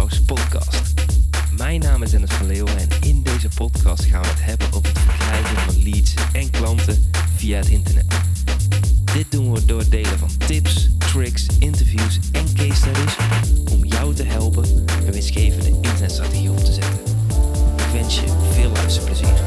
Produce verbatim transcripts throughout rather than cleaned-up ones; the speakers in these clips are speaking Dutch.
Powerhouse podcast. Mijn naam is Dennis van Leeuwen en in deze podcast gaan we het hebben over het verkrijgen van leads en klanten via het internet. Dit doen we door het delen van tips, tricks, interviews en case studies om jou te helpen een winstgevende internetstrategie op te zetten. Ik wens je veel luisterplezier.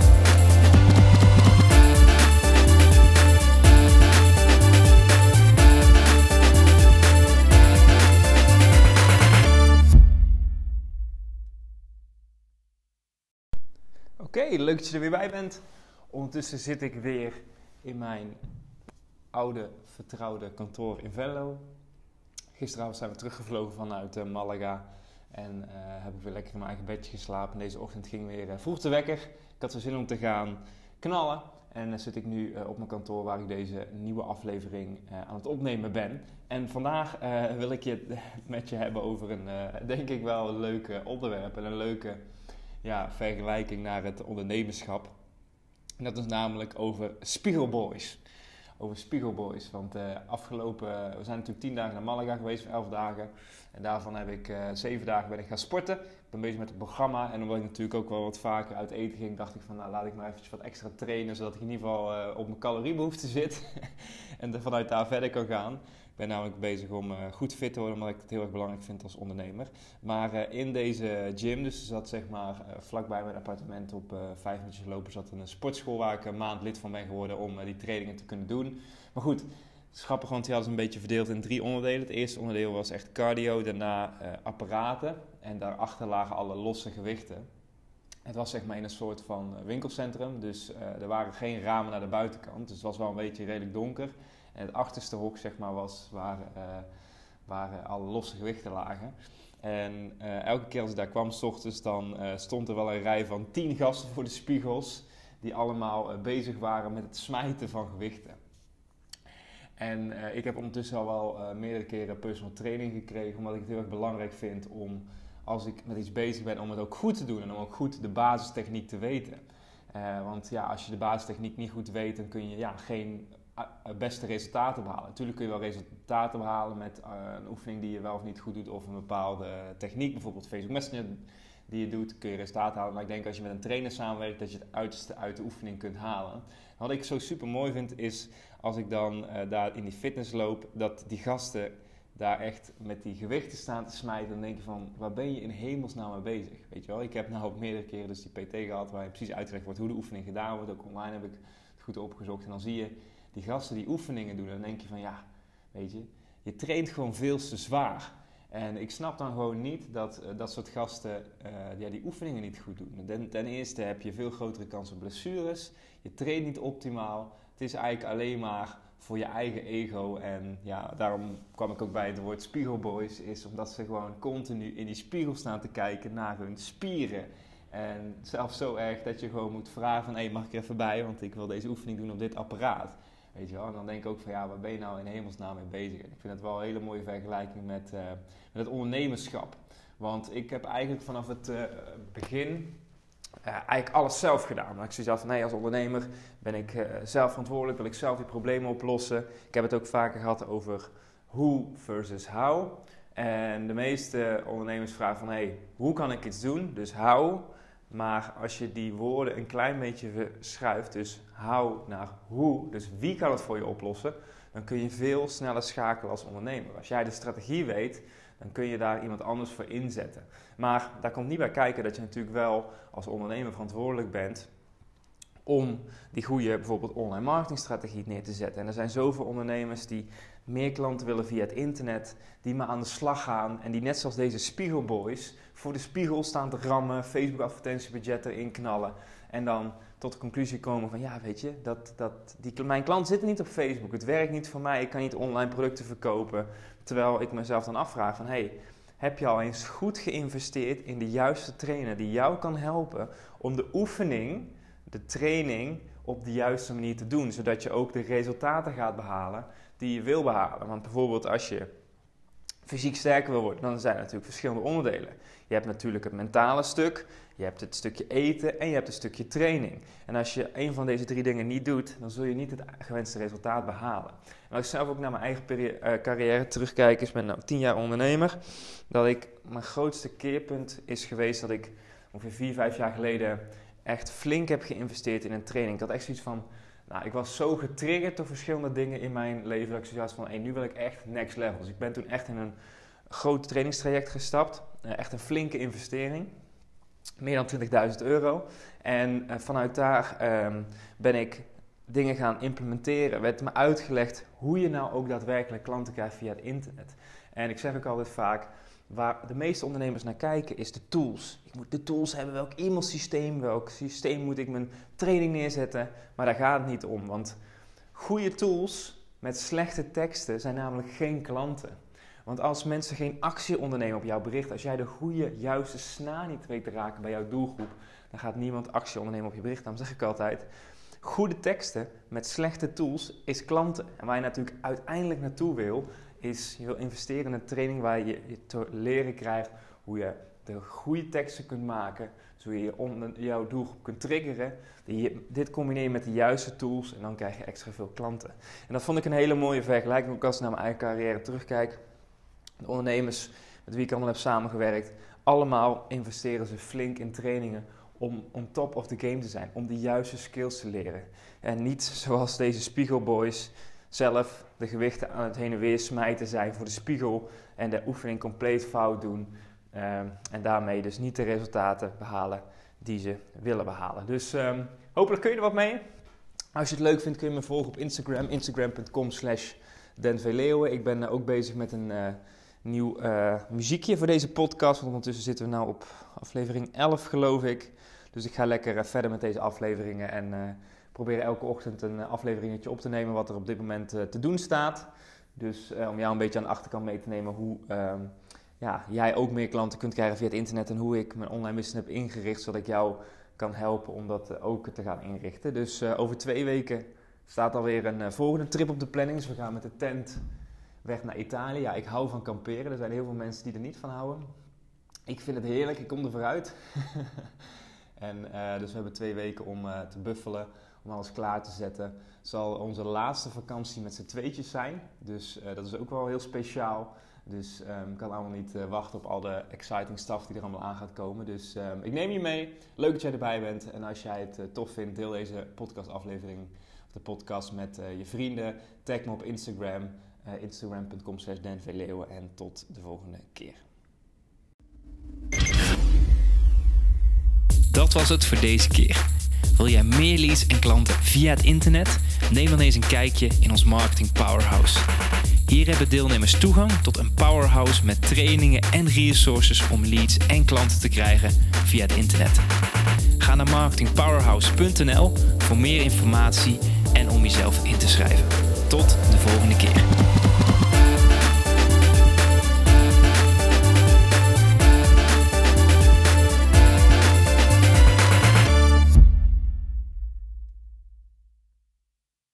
Oké, okay, leuk dat je er weer bij bent. Ondertussen zit ik weer in mijn oude, vertrouwde kantoor in Venlo. Gisteravond zijn we teruggevlogen vanuit uh, Malaga en uh, heb ik weer lekker in mijn eigen bedje geslapen. Deze ochtend ging weer uh, vroeg de wekker. Ik had zo zin om te gaan knallen. En dan zit ik nu uh, op mijn kantoor waar ik deze nieuwe aflevering uh, aan het opnemen ben. En vandaag uh, wil ik je met je hebben over een, uh, denk ik wel, een leuk onderwerp en een leuke... Ja, vergelijking naar het ondernemerschap. En dat is namelijk over Spiegelboys. Over Spiegelboys. Want uh, afgelopen, we zijn natuurlijk tien dagen naar Malaga geweest, voor elf dagen. En daarvan heb ik uh, zeven dagen ben ik gaan sporten. Ik ben bezig met het programma. En omdat ik natuurlijk ook wel wat vaker uit eten ging, dacht ik van nou laat ik maar eventjes wat extra trainen. Zodat ik in ieder geval uh, op mijn caloriebehoefte zit. En vanuit daar verder kan gaan. Ik ben namelijk bezig om uh, goed fit te worden, omdat ik het heel erg belangrijk vind als ondernemer. Maar uh, in deze gym, dus er zat zeg maar uh, vlakbij mijn appartement op uh, vijf minuutjes lopen, zat een sportschool waar ik een maand lid van ben geworden om uh, die trainingen te kunnen doen. Maar goed, het is grappig, want die hadden ze een beetje verdeeld in drie onderdelen. Het eerste onderdeel was echt cardio, daarna uh, apparaten en daarachter lagen alle losse gewichten. Het was zeg maar in een soort van winkelcentrum, dus uh, er waren geen ramen naar de buitenkant, dus het was wel een beetje redelijk donker. En het achterste hok zeg maar, was waar, uh, waar uh, alle losse gewichten lagen. En uh, elke keer als ik daar kwam, 's ochtends, dan uh, stond er wel een rij van tien gasten voor de spiegels. Die allemaal uh, bezig waren met het smijten van gewichten. En uh, ik heb ondertussen al wel uh, meerdere keren personal training gekregen. Omdat ik het heel erg belangrijk vind om, als ik met iets bezig ben, om het ook goed te doen. En om ook goed de basistechniek te weten. Uh, want ja, als je de basistechniek niet goed weet, dan kun je ja, geen... beste resultaten behalen. Natuurlijk kun je wel resultaten behalen met uh, een oefening die je wel of niet goed doet of een bepaalde techniek, bijvoorbeeld Facebook Messenger die je doet, kun je resultaten halen. Maar ik denk als je met een trainer samenwerkt dat je het uiterste uit de oefening kunt halen. Wat ik zo super mooi vind is als ik dan uh, daar in die fitness loop, dat die gasten daar echt met die gewichten staan te smijten. Dan denk je van, waar ben je in hemelsnaam mee bezig? Weet je wel, ik heb nou ook meerdere keren dus die P T gehad waar je precies uitgelegd wordt hoe de oefening gedaan wordt. Ook online heb ik het goed opgezocht en dan zie je die gasten die oefeningen doen, dan denk je van ja, weet je, je traint gewoon veel te zwaar. En ik snap dan gewoon niet dat uh, dat soort gasten uh, ja, die oefeningen niet goed doen. Ten, ten eerste heb je veel grotere kans op blessures, je traint niet optimaal. Het is eigenlijk alleen maar voor je eigen ego. En ja, daarom kwam ik ook bij het woord Spiegelboys, is omdat ze gewoon continu in die spiegel staan te kijken naar hun spieren. En zelfs zo erg dat je gewoon moet vragen van, hé, hey, mag ik er even bij, want ik wil deze oefening doen op dit apparaat. Weet je wel, en dan denk ik ook van ja, waar ben je nou in hemelsnaam mee bezig? En ik vind het wel een hele mooie vergelijking met, uh, met het ondernemerschap. Want ik heb eigenlijk vanaf het uh, begin uh, eigenlijk alles zelf gedaan. Maar ik zoiets van nee, als ondernemer ben ik uh, zelf verantwoordelijk, wil ik zelf die problemen oplossen. Ik heb het ook vaker gehad over hoe versus how. En de meeste ondernemers vragen van hey, hoe kan ik iets doen? Dus how. Maar als je die woorden een klein beetje verschuift, dus how naar hoe, dus wie kan het voor je oplossen, dan kun je veel sneller schakelen als ondernemer. Als jij de strategie weet, dan kun je daar iemand anders voor inzetten. Maar daar komt niet bij kijken dat je natuurlijk wel als ondernemer verantwoordelijk bent om die goede bijvoorbeeld online marketingstrategie neer te zetten. En er zijn zoveel ondernemers die meer klanten willen via het internet, die maar aan de slag gaan en die net zoals deze Spiegelboys voor de spiegel staan te rammen, Facebook advertentiebudget erin knallen en dan tot de conclusie komen van ja, weet je, dat, dat, die, mijn klant zit niet op Facebook, het werkt niet voor mij, ik kan niet online producten verkopen. Terwijl ik mezelf dan afvraag van hey, heb je al eens goed geïnvesteerd in de juiste trainer die jou kan helpen om de oefening, de training op de juiste manier te doen, zodat je ook de resultaten gaat behalen die je wil behalen. Want bijvoorbeeld als je fysiek sterker wil worden, dan zijn er natuurlijk verschillende onderdelen. Je hebt natuurlijk het mentale stuk, je hebt het stukje eten en je hebt het stukje training. En als je een van deze drie dingen niet doet, dan zul je niet het gewenste resultaat behalen. En als ik zelf ook naar mijn eigen peri- uh, carrière terugkijk, ik ben nou tien jaar ondernemer, dat ik, mijn grootste keerpunt is geweest dat ik ongeveer vier, vijf jaar geleden echt flink heb geïnvesteerd in een training. Ik had echt zoiets van, nou, ik was zo getriggerd door verschillende dingen in mijn leven, dat ik zoiets van, hey, nu wil ik echt next level. Dus ik ben toen echt in een groot trainingstraject gestapt, uh, echt een flinke investering. Meer dan twintigduizend euro. En uh, vanuit daar um, ben ik dingen gaan implementeren. Werd me uitgelegd hoe je nou ook daadwerkelijk klanten krijgt via het internet. En ik zeg ook altijd vaak, waar de meeste ondernemers naar kijken is de tools. Ik moet de tools hebben, welk e-mailsysteem, welk systeem moet ik mijn training neerzetten. Maar daar gaat het niet om, want goede tools met slechte teksten zijn namelijk geen klanten. Want als mensen geen actie ondernemen op jouw bericht, als jij de goede, juiste snaar niet weet te raken bij jouw doelgroep, dan gaat niemand actie ondernemen op je bericht. Daarom zeg ik altijd, goede teksten met slechte tools is klanten. En waar je natuurlijk uiteindelijk naartoe wil, is je wil investeren in een training waar je, je te leren krijgt hoe je de goede teksten kunt maken, zodat je onder jouw doelgroep kunt triggeren. Je, dit combineer je met de juiste tools en dan krijg je extra veel klanten. En dat vond ik een hele mooie vergelijking, ook als ik naar mijn eigen carrière terugkijk. De ondernemers met wie ik allemaal heb samengewerkt, allemaal investeren ze flink in trainingen om on top of the game te zijn, om de juiste skills te leren. En niet zoals deze spiegelboys zelf de gewichten aan het heen en weer smijten zijn voor de spiegel en de oefening compleet fout doen. Um, en daarmee dus niet de resultaten behalen die ze willen behalen. Dus um, hopelijk kun je er wat mee. Als je het leuk vindt kun je me volgen op Instagram, instagram punt com slash den v leeuwen. Ik ben uh, ook bezig met een uh, nieuw uh, muziekje voor deze podcast, want ondertussen zitten we nu op aflevering elf geloof ik. Dus ik ga lekker uh, verder met deze afleveringen en uh, probeer elke ochtend een uh, afleveringetje op te nemen wat er op dit moment uh, te doen staat. Dus uh, om jou een beetje aan de achterkant mee te nemen hoe uh, ja, jij ook meer klanten kunt krijgen via het internet en hoe ik mijn online business heb ingericht, zodat ik jou kan helpen om dat uh, ook te gaan inrichten. Dus uh, over twee weken staat alweer een uh, volgende trip op de planning. Dus we gaan met de tent weg naar Italië. Ja, ik hou van kamperen. Er zijn heel veel mensen die er niet van houden. Ik vind het heerlijk. Ik kom er vooruit. en uh, dus we hebben twee weken om uh, te buffelen, om alles klaar te zetten. Het zal onze laatste vakantie met z'n tweetjes zijn. Dus uh, dat is ook wel heel speciaal. Dus um, ik kan allemaal niet uh, wachten op al de exciting stuff die er allemaal aan gaat komen. Dus um, ik neem je mee. Leuk dat jij erbij bent. En als jij het uh, tof vindt, deel deze podcastaflevering of de podcast met uh, je vrienden. Tag me op Instagram. Uh, instagram punt com slash den v leeuwen. En tot de volgende keer. Dat was het voor deze keer. Wil jij meer leads en klanten via het internet? Neem dan eens een kijkje in ons Marketing Powerhouse. Hier hebben deelnemers toegang tot een powerhouse met trainingen en resources om leads en klanten te krijgen via het internet. Ga naar marketing powerhouse punt n l voor meer informatie en om jezelf in te schrijven. Tot de volgende keer.